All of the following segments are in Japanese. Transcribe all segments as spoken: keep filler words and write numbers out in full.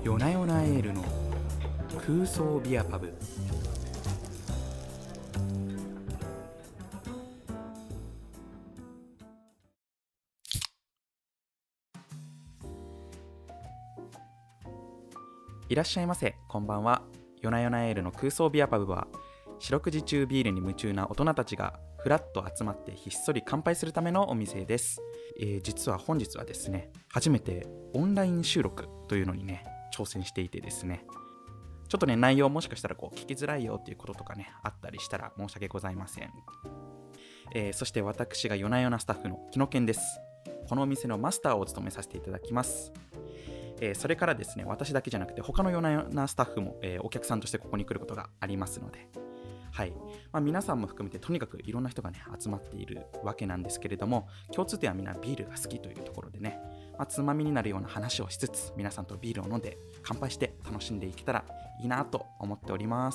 夜な夜なエールの空想ビアパブ。いらっしゃいませ、こんばんは。夜な夜なエールの空想ビアパブは、四六時中ビールに夢中な大人たちがふらっと集まってひっそり乾杯するためのお店です。えー、実は本日はですね、初めてオンライン収録というのにね挑戦していてですね、ちょっとね内容もしかしたらこう聞きづらいよっていうこととかねあったりしたら申し訳ございません。えー、そして私が夜な夜なスタッフの木野健です。このお店のマスターを務めさせていただきます。えー、それからですね、私だけじゃなくて他の夜な夜なスタッフも、えー、お客さんとしてここに来ることがありますので、はい、まあ、皆さんも含めてとにかくいろんな人がね集まっているわけなんですけれども、共通点はみんなビールが好きというところでね、まあ、つまみになるような話をしつつ皆さんとビールを飲んで乾杯して楽しんでいけたらいいなと思っております。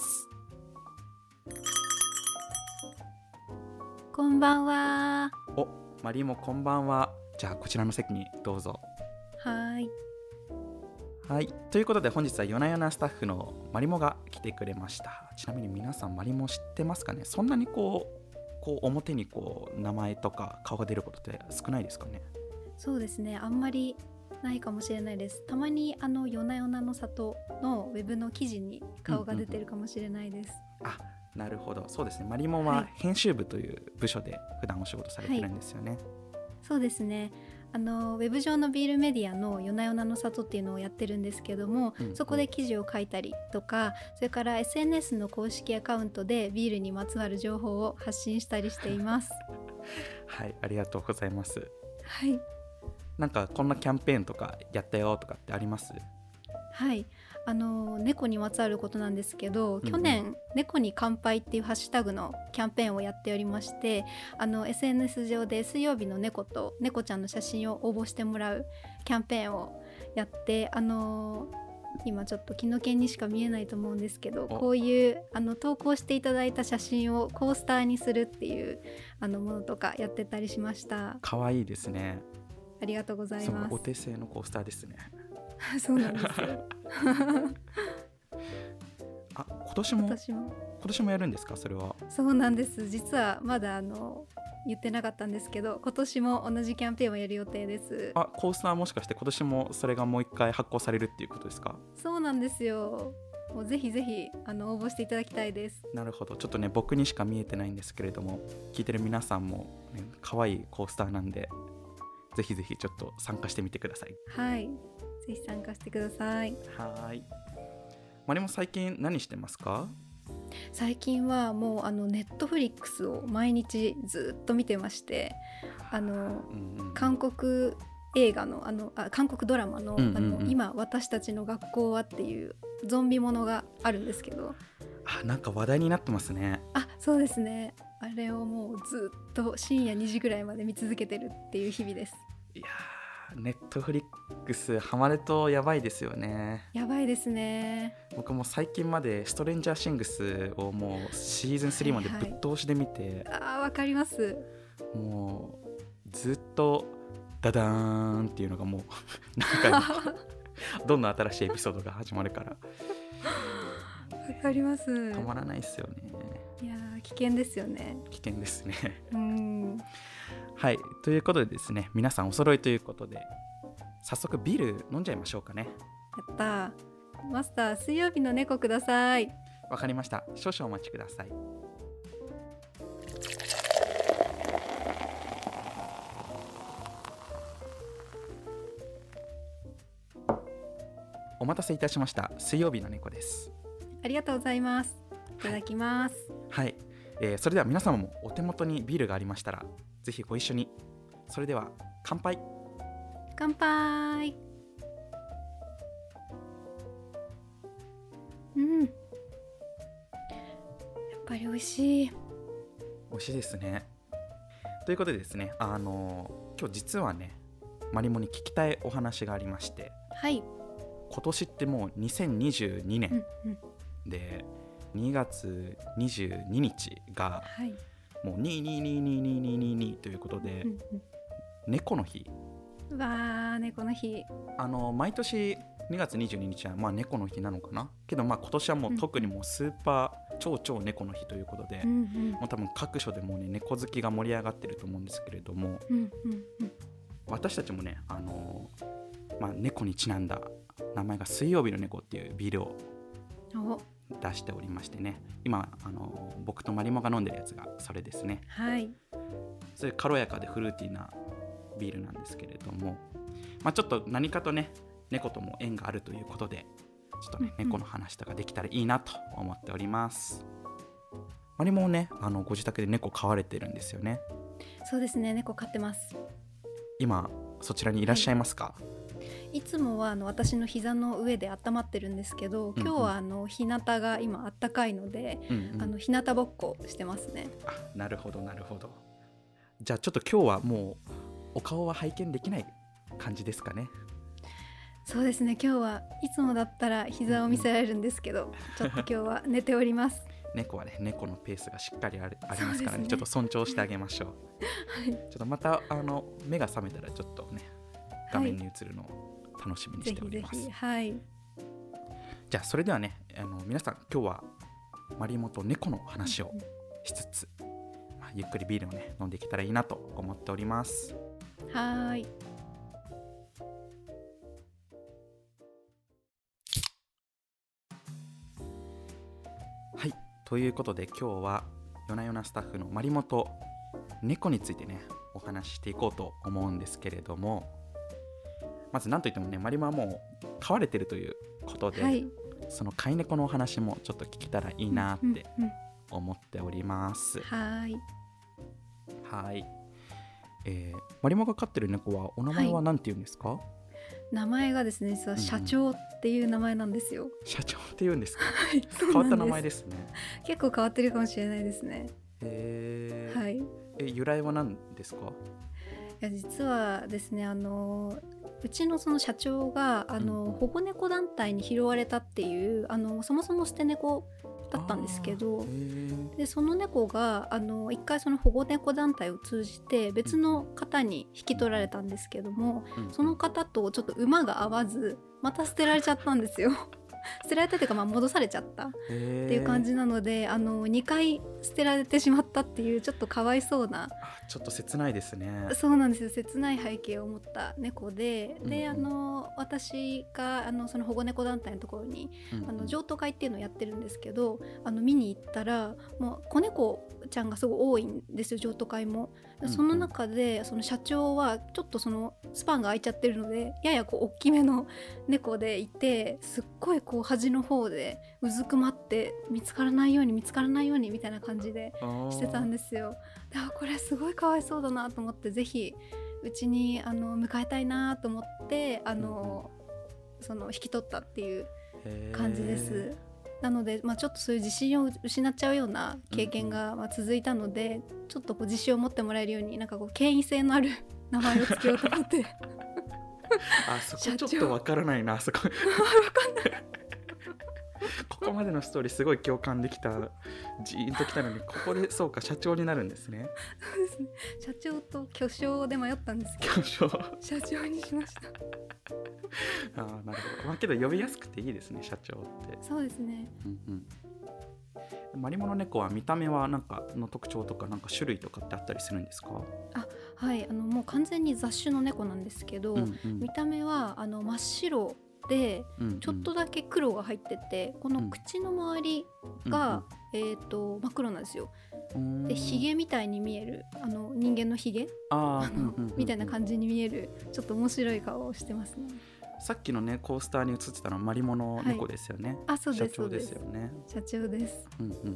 こんばんは。 お、マリーもこんばんは。じゃあこちらの席にどうぞ。 はい。 はい、ということで本日は夜な夜なスタッフのマリモが来てくれました。ちなみに皆さんマリモ知ってますかね。そんなにこう、こう表にこう名前とか顔が出ることって少ないですかね。 そうですね、あんまりないかもしれないです。たまにあの夜な夜なの里のウェブの記事に顔が出てるかもしれないです。 うんうんうん、あ、なるほど。そうですね、マリモは編集部という部署で普段お仕事されてるんですよね。はい、 そうですね、あのウェブ上のビールメディアの夜な夜なの里っていうのをやってるんですけども、うんうん、そこで記事を書いたりとか、それから エスエヌエス の公式アカウントでビールにまつわる情報を発信したりしていますはい、ありがとうございます。 はい、 なんかこんなキャンペーンとかやったよとかってあります？ はい、あの猫にまつわることなんですけど、去年、うんうん、猫に乾杯っていうハッシュタグのキャンペーンをやっておりまして、あの エスエヌエス 上で水曜日の猫と猫ちゃんの写真を応募してもらうキャンペーンをやって、あの今ちょっと木の剣にしか見えないと思うんですけど、こういうあの投稿していただいた写真をコースターにするっていうあのものとかやってたりしました。 かわいいですね。 ありがとうございます。 お手製のコースターですねそうなんですよあ、今年も今年も今年もやるんですか？それは。 そうなんです。実はまだあの言ってなかったんですけど、今年も同じキャンペーンをやる予定です。 あ、コースターもしかして今年もそれがもう一回発行されるっていうことですか？ そうなんですよ。もうぜひぜひあの応募していただきたいです。 なるほど。ちょっとね僕にしか見えてないんですけれども、聞いてる皆さんも、ね、可愛いコースターなんでぜひぜひちょっと参加してみてください。 はい、ぜひ参加してください。 はい。マリも最近何してますか？ 最近はもうあのネットフリックスを毎日ずっと見てまして、あの、うんうん、韓国映画のあのあ韓国ドラマの、うんうんうん、あの今私たちの学校はっていうゾンビものがあるんですけど、 あ、なんか話題になってますね。 あ、そうですね。あれをもうずっと深夜にじぐらいまで見続けてるっていう日々です。 いやー、ネットフリックスハマるとやばいですよね。 やばいですね。 僕も最近までストレンジャーシングスをもうシーズンスリーまでぶっ通しで見て、はいはい、 あー、わかります。 もうずっとダダーンっていうのがもう何回もどんどん新しいエピソードが始まるからわかります。 止まらないですよね。 いやー、危険ですよね。 危険ですねうん。 はい、ということでですね、皆さんお揃いということで早速ビール飲んじゃいましょうかね。 やったー。マスター、水曜日の猫ください。 わかりました。少々お待ちください。お待たせいたしました。水曜日の猫です。 ありがとうございます。いただきます。 はい、はい、えー、それでは皆様もお手元にビールがありましたらぜひご一緒に。それでは乾杯。 乾杯。うん、やっぱり美味しい。 美味しいですね。ということでですね、あのー、今日実はねマリモに聞きたいお話がありまして、 はい。 今年ってもうにせんにじゅうにねん、うんうん、でにがつにじゅうににちがもうにーにーにーにーにーにーにーにーということで、うんうん、猫の日。 うわー、猫の日。 あの毎年にがつにじゅうににちはまあ猫の日なのかな。けどまあ今年はもう特にもうスーパー超超猫の日ということで、 うんうん、 もう多分各所でもうね猫好きが盛り上がってると思うんですけれども、 うんうんうん、 私たちもね、あのーまあ、猫にちなんだ名前が水曜日の猫っていうビールを出しておりましてね、今、あのー僕とマリモが飲んでるやつがそれですね。 はい、 そういう軽やかでフルーティーなビールなんですけれども、まあ、ちょっと何かとね猫とも縁があるということで、ちょっとね、うんうん、猫の話とかできたらいいなと思っております。マリモもね、あのご自宅で猫飼われてるんですよね。 そうですね、猫飼ってます。 今そちらにいらっしゃいますか？はい、いつもはあの私の膝の上で温まってるんですけど、今日はあの日向が今あったかいので、うんうん、あの日向ぼっこしてますね。 あ、なるほどなるほど。じゃあちょっと今日はもうお顔は拝見できない感じですかね？ そうですね、今日はいつもだったら膝を見せられるんですけど、うんうん、ちょっと今日は寝ております。 猫はね、猫のペースがしっかりあるありますからね、ちょっと尊重してあげましょう。はい、ちょっとまたあの目が覚めたらちょっとね画面に映るのを楽しみにしております。 ぜひぜひ、はい、 じゃあそれではね、あの皆さん今日はマリモと猫の話をしつつ、うんまあ、ゆっくりビールをね飲んでいけたらいいなと思っております。 はい。 はい、ということで今日は夜な夜なスタッフのマリモと猫についてねお話ししていこうと思うんですけれども、まず何といってもねマリモはもう飼われてるということで、はい、その飼い猫のお話もちょっと聞けたらいいなって思っております。 うんうんうん、はいはい、えー、マリモが飼ってる猫はお名前は何て言うんですか？はい、 名前がですね、実は社長っていう名前なんですよ。うん、 社長って言うんですか？ はい、 変わった名前ですね。 結構変わってるかもしれないですね。 へー、 はい、 え由来は何ですか？ いや実はですね、あのうちのその社長があの、うん、保護猫団体に拾われたっていうあのそもそも捨て猫だったんですけど、でその猫があの一回その保護猫団体を通じて別の方に引き取られたんですけども、うん、その方とちょっと馬が合わずまた捨てられちゃったんですよ。捨てられたというか、まあ、戻されちゃったっていう感じなので、あのにかい捨てられてしまったっていうちょっとかわいそうな、 ちょっと切ないですね。 そうなんですよ、切ない背景を持った猫で、うんうん、であの私があのその保護猫団体のところに、うんうん、あの譲渡会っていうのをやってるんですけど、あの見に行ったらもう子猫ちゃんがすごい多いんですよ、譲渡会も。その中でその社長はちょっとそのスパンが空いちゃってるのでややこう大きめの猫でいて、すっごいこう端の方でうずくまって見つからないように見つからないようにみたいな感じでしてたんですよ。だからこれすごいかわいそうだなと思って、ぜひうちにあの迎えたいなと思ってあのその引き取ったっていう感じです。なので、まあ、ちょっとそういう自信を失っちゃうような経験がまあ続いたので、うんうん、ちょっとこう自信を持ってもらえるようになんかこう権威性のある名前をつけようと思ってあそこちょっとわからないな、あそこわかんないここまでのストーリーすごい共感できた、ジーンときたのにここでそうか社長になるんですね。 そうですね、社長と巨匠で迷ったんですけど巨匠社長にしましたあなるほど、まあ、けど呼びやすくていいですね、社長って。 そうですね、 うんうん、マリモの猫は見た目はなんかの特徴とかなんか種類とかってあったりするんですか？ あはい、あのもう完全に雑種の猫なんですけど、うんうん、見た目はあの真っ白で、うんうん、ちょっとだけ黒が入ってて、この口の周りが、うんうん、えーと、真っ黒なんですよ。でヒゲみたいに見える、あの人間のヒゲあの、うんうんうんうん、みたいな感じに見えるちょっと面白い顔をしてますね。 さっきのねコースターに映ってたのはマリモの猫ですよね、はい、 あそうです、 社長ですよね。 社長です、 うんうんうんうん、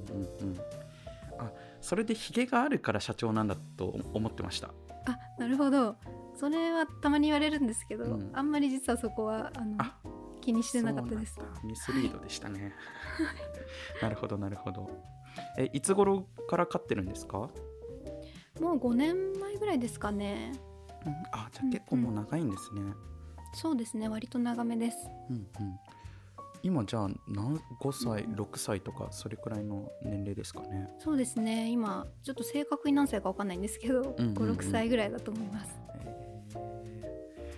あそれでヒゲがあるから社長なんだと思ってました。 あなるほど、それはたまに言われるんですけど、うん、あんまり実はそこはあのあ気にしてなかったです。 ミスリードでしたねなるほどなるほど。えいつ頃から飼ってるんですか？ もうごねんまえぐらいですかね、 うん、あじゃあ結構もう長いんですね、うんうん、 そうですね、割と長めです、うんうん、 今じゃあ何ごさい、うん、ろくさいとかそれくらいの年齢ですかね？ そうですね、今ちょっと正確に何歳か分かんないんですけど、うんうんうん、ごろくさいぐらいだと思います。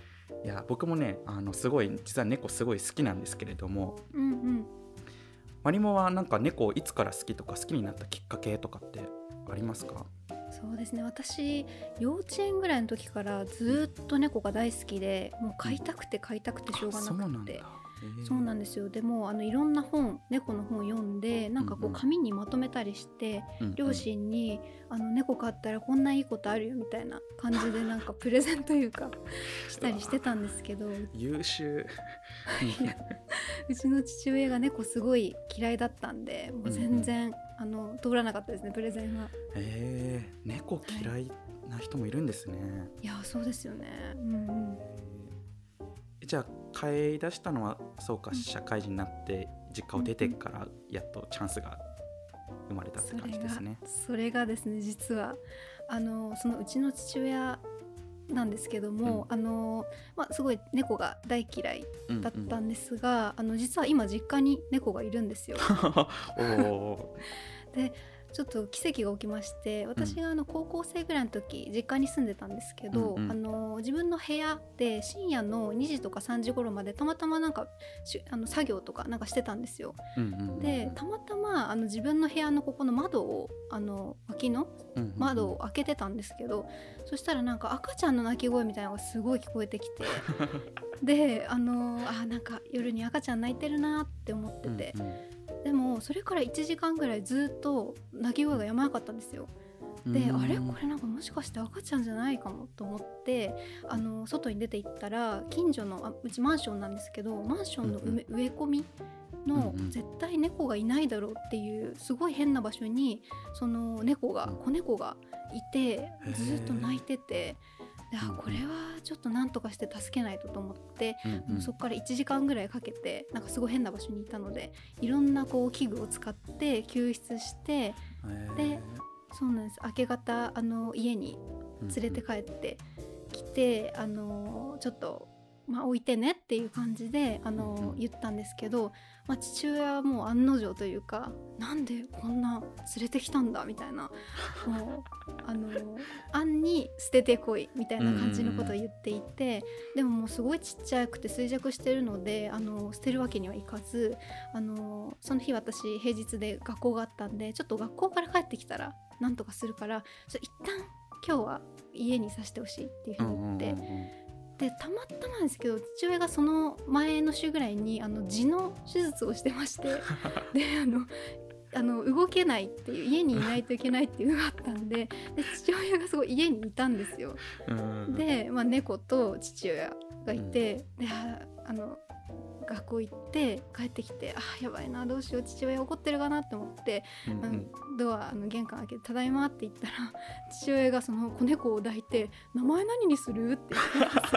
いや僕もねあのすごい実は猫すごい好きなんですけれども、 うんうん、 マリモはなんか猫いつから好きとか好きになったきっかけとかってありますか？ そうですね、私幼稚園ぐらいの時からずっと猫が大好きで、もう飼いたくて飼いたくてしょうがなくて、 そうなんだ、へーそうなんですよ。でもあのいろんな本猫の本読んでなんかこうんううん紙にまとめたりして、 うんうん両親にあの猫飼ったらこんないいことあるよみたいな感じでなんかプレゼンというかしたりしてたんですけど優秀いやうちの父親が猫すごい嫌いだったんで、もう全然、あの通らなかったですね、プレゼンは。 へえ、猫嫌いな人もいるんですね、 いやそうですよね、うんうん、 えーじゃあ飼い出したのはそうか、社会人になって実家を出てからやっとチャンスが生まれたって感じですね。 それがそれがですね、実はあのそのうちの父親なんですけども、 うんあのまあ、すごい猫が大嫌いだったんですが、 うんうん、 あの実は今実家に猫がいるんですよおでちょっと奇跡が起きまして、私があの高校生ぐらいの時実家に住んでたんですけど、うんうん、あの自分の部屋で深夜のにじとかさんじ頃までたまたまなんかあの作業とかなんかしてたんですよ、うんうんうん、でたまたまあの自分の部屋のここの窓をあの脇の窓を開けてたんですけど、うんうんうん、そしたらなんか赤ちゃんの泣き声みたいなのがすごい聞こえてきてであのあなんか夜に赤ちゃん泣いてるなって思ってて、うんうん、でもそれからいちじかんぐらいずっと泣き声がやまなかったんですよ。で、あれこれなんかもしかして赤ちゃんじゃないかもと思ってあの外に出て行ったら、近所のあうちマンションなんですけど、マンションの植え込みの絶対猫がいないだろうっていうすごい変な場所にその猫が子猫がいてずっと泣いてて、であこれはちょっとなんとかして助けないとと思って、うんうん、そこからいちじかんぐらいかけてなんかすごい変な場所にいたのでいろんなこう器具を使って救出して、でそうなんです、明け方あの家に連れて帰ってきて、あのちょっと、まあ、置いてねっていう感じであの言ったんですけど、まあ、父親はもう案の定というか、なんでこんな連れてきたんだみたいな、もうあの案に捨ててこいみたいな感じのことを言っていて、でももうすごいちっちゃくて衰弱してるのであの捨てるわけにはいかず、あのその日私平日で学校があったんで、ちょっと学校から帰ってきたらなんとかするからちょ一旦今日は家にさせてほしいっていうふうに言って、うんうんうんうん、でたまたまですけど父親がその前の週ぐらいにあの痔の手術をしてましてであのあの動けないっていう、家にいないといけないっていうのがあったんで、で父親がすごい家にいたんですよ。で、まあ、猫と父親がいて、でああの学校行って帰ってきて、あやばいなどうしよう父親怒ってるかなって思って、うんうん、ドアあの玄関開けてただいまって言ったら父親がその子猫を抱いて名前何にするって言ってたんですよ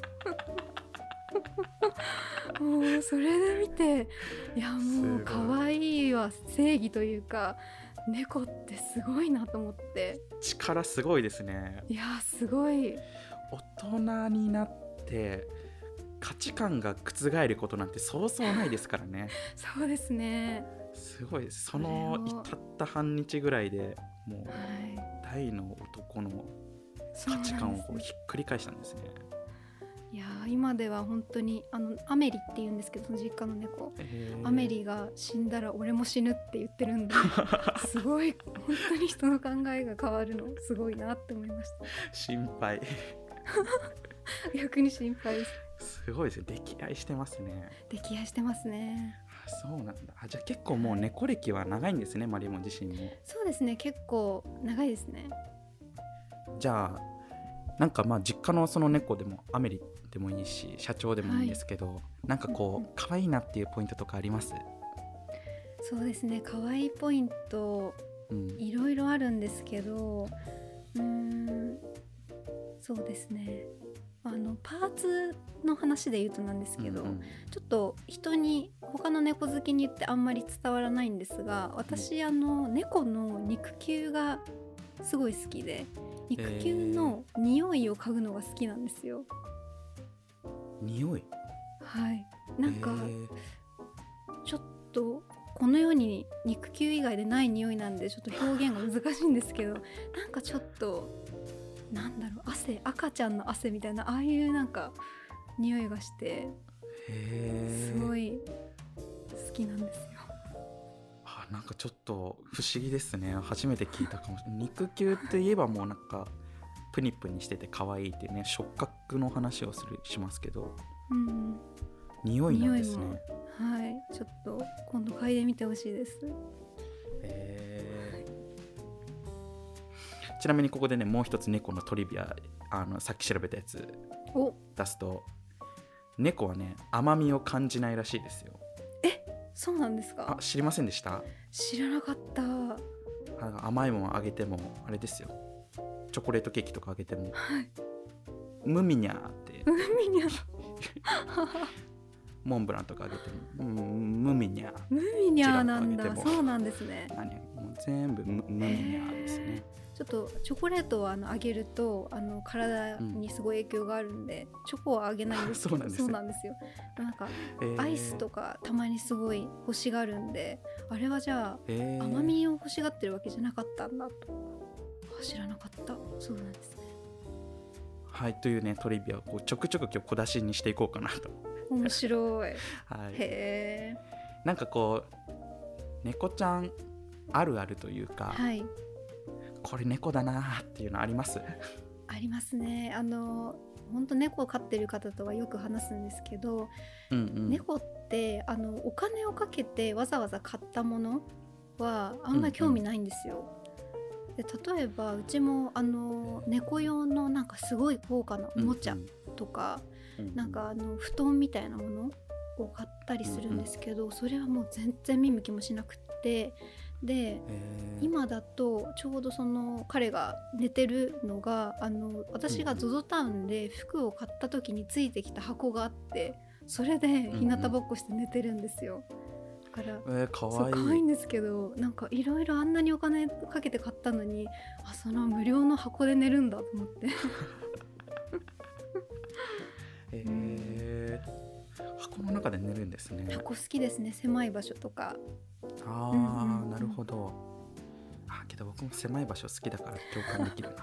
もうそれで見て、いやもう可愛いわ、正義というか猫ってすごいなと思って。 力すごいですね。 いやすごい。 大人になって価値観が覆ることなんてそうそうないですからねそうですね、 すごい。そのたった半日ぐらいでもう大の男の価値観をこうひっくり返したんですね。 いや今では本当にあのアメリっていうんですけど、その実家の猫、アメリが死んだら俺も死ぬって言ってるんですごい本当に人の考えが変わるのすごいなって思いました。 心配逆に心配です。 すごいですね、溺愛してますね。 溺愛してますね。 あ、そうなんだ。あ、じゃあ結構もう猫歴は長いんですね、マリモ自身も。 そうですね、結構長いですね。 じゃあなんかまあ実家のその猫でもアメリでもいいし社長でもいいんですけど、はい、なんかこう可愛いなっていうポイントとかあります？ そうですね、可愛いポイント、うん、いろいろあるんですけど、うーんそうですね、あのパーツの話で言うとなんですけど、うんうん、ちょっと人に他の猫好きに言ってあんまり伝わらないんですが、私、うん、あの猫の肉球がすごい好きで、肉球の匂いを嗅ぐのが好きなんですよ。 えー、匂い？ はい、なんか、えー、ちょっとこの世に肉球以外でない匂いなんでちょっと表現が難しいんですけどなんかちょっとなんだろう、汗赤ちゃんの汗みたいな、ああいうなんか匂いがしてへえ。 すごい好きなんですよ。 あ、なんかちょっと不思議ですね。初めて聞いたかもしれない。肉球って言えばもうなんかプニプニしてて可愛いっていうね、触覚の話をするしますけど、 うん、 匂いなんですね。 匂いもはい、ちょっと今度嗅いでみてほしいです。 へー。ちなみにここでね、もう一つ猫のトリビア、あのさっき調べたやつお、 出すと、猫はね甘みを感じないらしいですよ。 え、そうなんですあ、 か？ 知りませんでした？ 知らなかった。はあの甘いものあげてもあれですよ、チョコレートケーキとかあげてもい。 ムミニャーってムミニャモンブランとかあげても、うん、ムミニャー、 ムミニャーなんだ。 違うのあげてもそうなんですね。 何もう全部ムムミニャーですね。 ちょっとチョコレートはあのあげるとあの体にすごい影響があるんで、うん、チョコはあげないんですけどそうなんですよ。 そうなんですよ。なんか、 えー、 アイスとかたまにすごい欲しがるんで、あれはじゃあ、 えー、 甘みを欲しがってるわけじゃなかったんだと。あ、知らなかった。そうなんですね。 はい、というねトリビアをこうちょくちょく今日小出しにしていこうかなと。 面白い。 はい、 へー。なんかこう猫ちゃんあるあるというか、 はい、 これ猫だなっていうのあります？ ありますね。あの本当猫を飼ってる方とはよく話すんですけど、 うんうん、 猫ってあのお金をかけてわざわざ買ったものはあんまり興味ないんですよ。うんうん、で例えばうちもあの猫用のなんかすごい高価なおもちゃとか、うんうん、なんかあの布団みたいなものを買ったりするんですけど、うんうん、それはもう全然見向きもしなくってで今だとちょうどその彼が寝てるのがあの私が ゾゾ タウンで服を買った時についてきた箱があって、それで日向ぼっこして寝てるんですよ。だから、 えー、かわいい。 そうかわいいんですけど、なんかいろいろあんなにお金かけて買ったのに、あ、その無料の箱で寝るんだと思ってえー、箱の中で寝るんですね。 箱好きですね。狭い場所とか。 ああ、うんうん、なるほど。あ、けど僕も狭い場所好きだから共感できるな、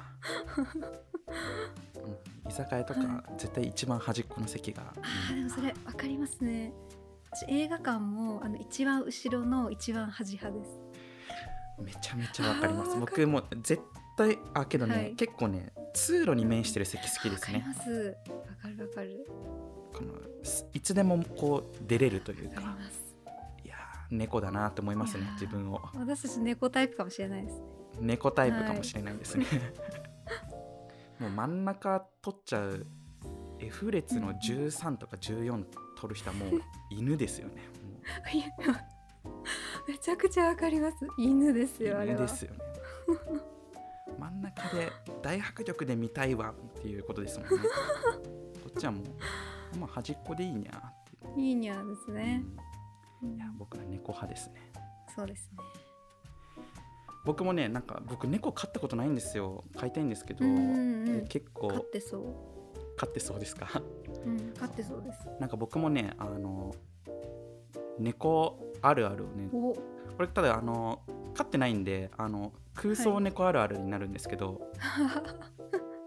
うん、居酒屋とか絶対一番端っこの席が、 うん、あーでもそれ分かりますね。私映画館もあの一番後ろの一番端派です。 めちゃめちゃ分かります。僕も絶対あけどね、はい、結構ね通路に面してる席好きですね。 分かります。分かる分かる。 このいつでもこう出れるというか。 分かります。 猫だなって思いますね、自分を。 私たち猫タイプかもしれないですね。 猫タイプかもしれないですね、はい、もう真ん中取っちゃう F 列のじゅうさんとかじゅうよん取る人はもう犬ですよね。もうめちゃくちゃわかります。犬ですよ。 犬ですよね真ん中で大迫力で見たいわっていうことですもんねこっちはもう、まあ、端っこでいいにゃっていいにゃですね、 うん、いや僕は猫派ですね。 そうですね。 僕もね、なんか僕猫飼ったことないんですよ。飼いたいんですけど、うんうん、結構飼ってそう飼ってそうですか？ うん、飼ってそうです。 なんか僕もね、あの猫あるあるをね、これただあの飼ってないんで、あの空想猫あるあるになるんですけど、 はい、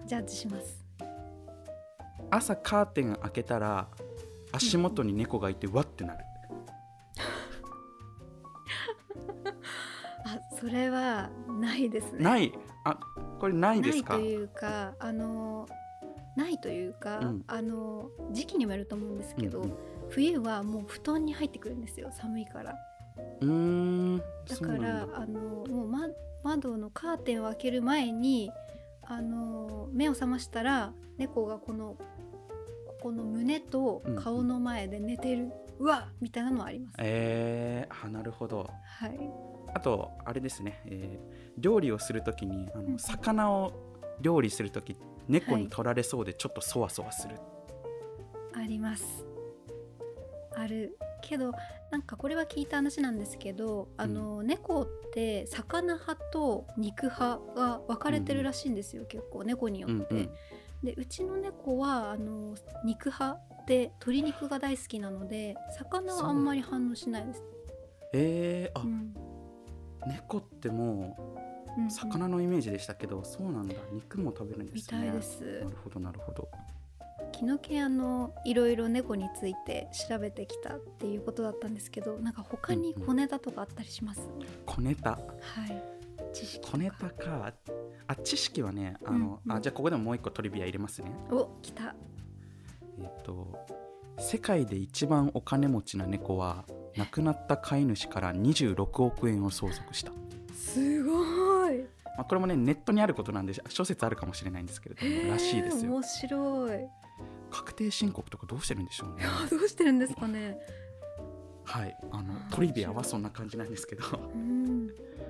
ジャッジします。 朝カーテン開けたら足元に猫がいて、うん、わってなる。 あ、それはないですね。 ない。あ、これないですか？ ないというか、あのないというか、うん、あの時期にもよると思うんですけど、うんうん、冬はもう布団に入ってくるんですよ、寒いから。 うーん、 だからあのもう、ま、窓のカーテンを開ける前にあの目を覚ましたら猫がこのここの胸と顔の前で寝てる、うんうん、うわっみたいなのはあります。 えー、あ、なるほど。 はい。 あとあれですね、えー、料理をするときにあの、うん、魚を料理するとき猫に取られそうでちょっとそわそわする、 はい、あります。あるけど、なんかこれは聞いた話なんですけど、あの、うん、猫って魚派と肉派が分かれてるらしいんですよ、うん、結構猫によって、うんうん、でうちの猫はあの肉派で鶏肉が大好きなので魚はあんまり反応しないです。 えー、あ、うん、猫ってもう魚のイメージでしたけど、うんうん、そうなんだ、肉も食べるんですね。 みたいです。 なるほどなるほど。 昨日野家あのいろいろ猫について調べてきたっていうことだったんですけど、なんか他に小ネタとかあったりします？うんうん、 小ネタ、 はい、知識小ネタか。あ、知識はね、あの、うんうん、あ、じゃあここでももう一個トリビア入れますね。 お、来た。 えっと世界で一番お金持ちな猫は亡くなった飼い主からにじゅうろくおくえんを相続した。 すごい。 まあ、これもねネットにあることなんで諸説あるかもしれないんですけれども、らしいですよ。 面白い。 確定申告とかどうしてるんでしょうね。 どうしてるんですかね。 はい、あのトリビアはそんな感じなんですけどうん、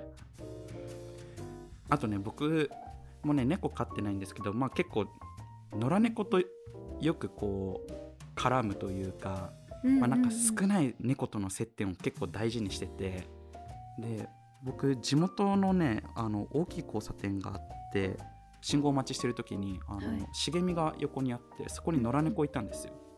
あとね僕もね猫飼ってないんですけど、まあ、結構野良猫とよくこう絡むというか、うんうんうん、まあ、なんか少ない猫との接点を結構大事にしてて、で僕地元のねあの大きい交差点があって信号待ちしてる時にあの、はい、茂みが横にあってそこに野良猫いたんですよ、うん、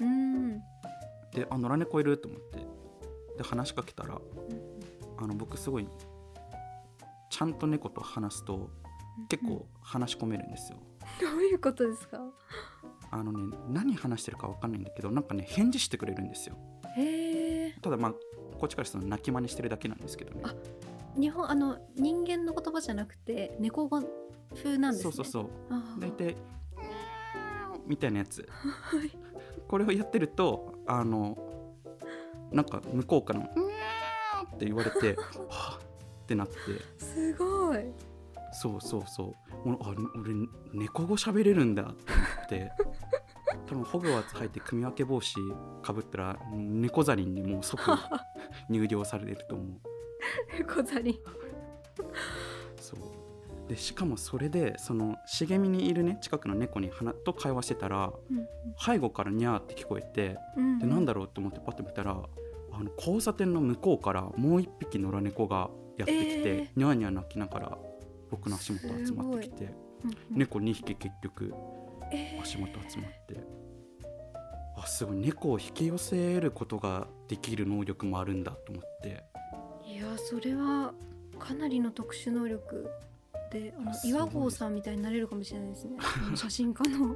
であ野良猫いると思ってで話しかけたら、うん、あの僕すごいちゃんと猫と話すと結構話し込めるんですよ。 どういうことですか？ あのね何話してるか分かんないんだけどなんかね返事してくれるんですよ。 へー。 ただまあこっちからすると泣き真似してるだけなんですけどね。 あ、日本あの人間の言葉じゃなくて猫語風なんですね。 そうそうそう大体みたいなやつはいこれをやってるとあのなんか向こうからのって言われてはぁってなってすごい。 そうそうそうあ俺猫語喋れるんだって思って多分ホグワーツ入って組み分け帽子かぶったら猫ザリンにもう即入寮されると思う。 猫ザリンそうでしかもそれでその茂みにいるね近くの猫に花と会話してたら、うんうん、背後からニャーって聞こえて、うんうん、でなんだろうって思ってパッと見たらあの交差点の向こうからもう一匹野良猫がやってきて、えー、ニャーニャー鳴きながら僕の足元集まってきて、うんうん、猫にひき結局足元集まって、えー、あすごい猫を引き寄せることができる能力もあるんだと思って。 いやそれはかなりの特殊能力であの岩合さんみたいになれるかもしれないですね写真家の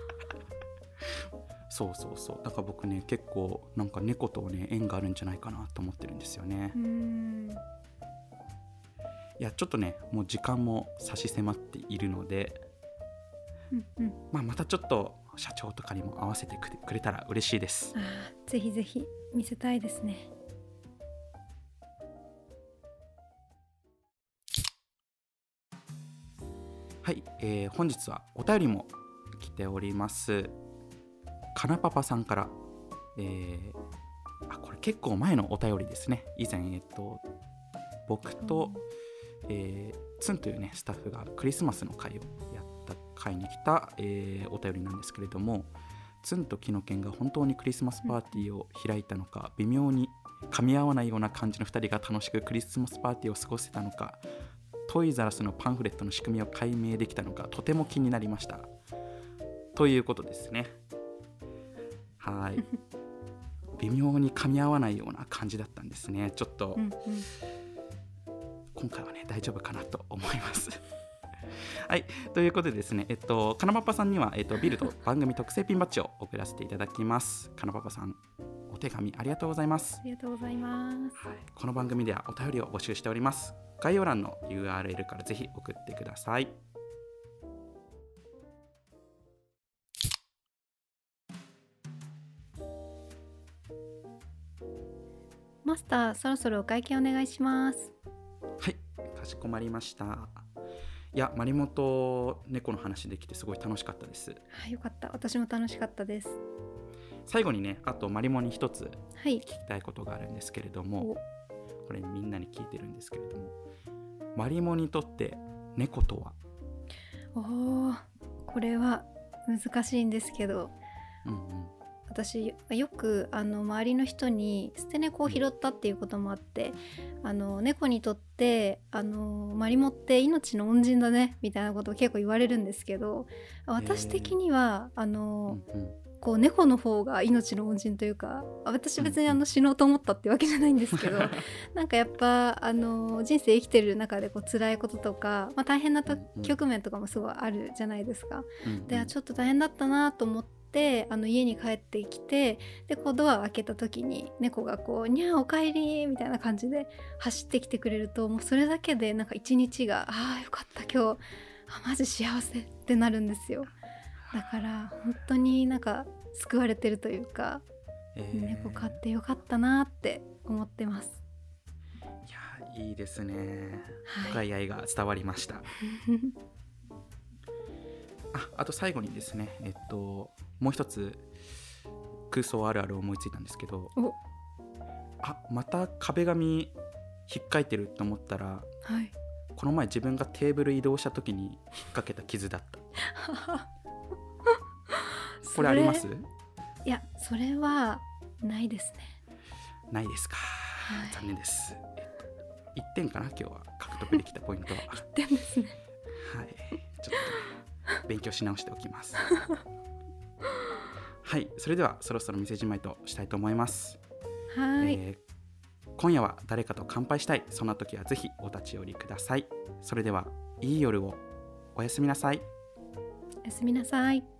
そうそうそうだから僕ね結構なんか猫とね縁があるんじゃないかなと思ってるんですよね。うーんいやちょっとねもう時間も差し迫っているので、うんうんまあ、またちょっと社長とかにも合わせてくれたら嬉しいです。 あぜひぜひ見せたいですね。 はい、えー、本日はお便りも来ております。かなパパさんから、えー、あこれ結構前のお便りですね。以前、えっと、僕と、えー、ツンというねスタッフがクリスマスの会をやった会に来た、えー、お便りなんですけれども、ツンとキノケンが本当にクリスマスパーティーを開いたのか、微妙に噛み合わないような感じのふたりが楽しくクリスマスパーティーを過ごせたのか、トイザらスのパンフレットの仕組みを解明できたのかとても気になりましたということですね。はい微妙に噛み合わないような感じだったんですね。ちょっと、うんうん、今回はね大丈夫かなと思いますはいということでですね、えっと、かなパパさんには、えっと、ビルド番組特製ピンバッジを送らせていただきます。かなパパさんお手紙ありがとうございます。 ありがとうございます、 はい、この番組ではお便りを募集しております。概要欄の ユーアールエル からぜひ送ってください。 マスターそろそろお会計お願いします。 はい、かしこまりました。いやマリモと猫の話できてすごい楽しかったです。 はい、よかった。私も楽しかったです。 最後にねあとマリモに一つ聞きたいことがあるんですけれども、はい、これみんなに聞いてるんですけれども、マリモにとって猫とは？ おー、これは難しいんですけど、うんうん、私よくあの周りの人に捨て猫を拾ったっていうこともあって、あの猫にとってあのマリモって命の恩人だねみたいなことを結構言われるんですけど、私的にはあの、うんうんこう猫の方が命の恩人というか、私別にあの死のうと思ったってわけじゃないんですけどなんかやっぱあの人生生きてる中でこう辛いこととか、まあ、大変な局面とかもすごいあるじゃないですか、うんうん、でちょっと大変だったなと思ってあの家に帰ってきて、でこうドアを開けた時に猫がこうにゃーおかえりみたいな感じで走ってきてくれると、もうそれだけでなんか一日があーよかった今日あマジ幸せってなるんですよ。だから本当になんか救われてるというか、 えー、 猫飼ってよかったなって思ってます。 いやいいですね、 はい、 深い愛が伝わりましたあ, あと最後にですね、えっと、もう一つ空想あるある思いついたんですけど、あまた壁紙引っかいてると思ったら、 はい、 この前自分がテーブル移動した時に引っ掛けた傷だったこれあります？ いやそれはないですね。 ないですか、はい、残念です。いってんかな今日は獲得できたポイントは。いってんですね。 はい、ちょっと勉強し直しておきますはい、それではそろそろ店じまいとしたいと思います。 はい、 えー、今夜は誰かと乾杯したい、そんな時はぜひお立ち寄りください。それではいい夜を。おやすみなさい。 おやすみなさい。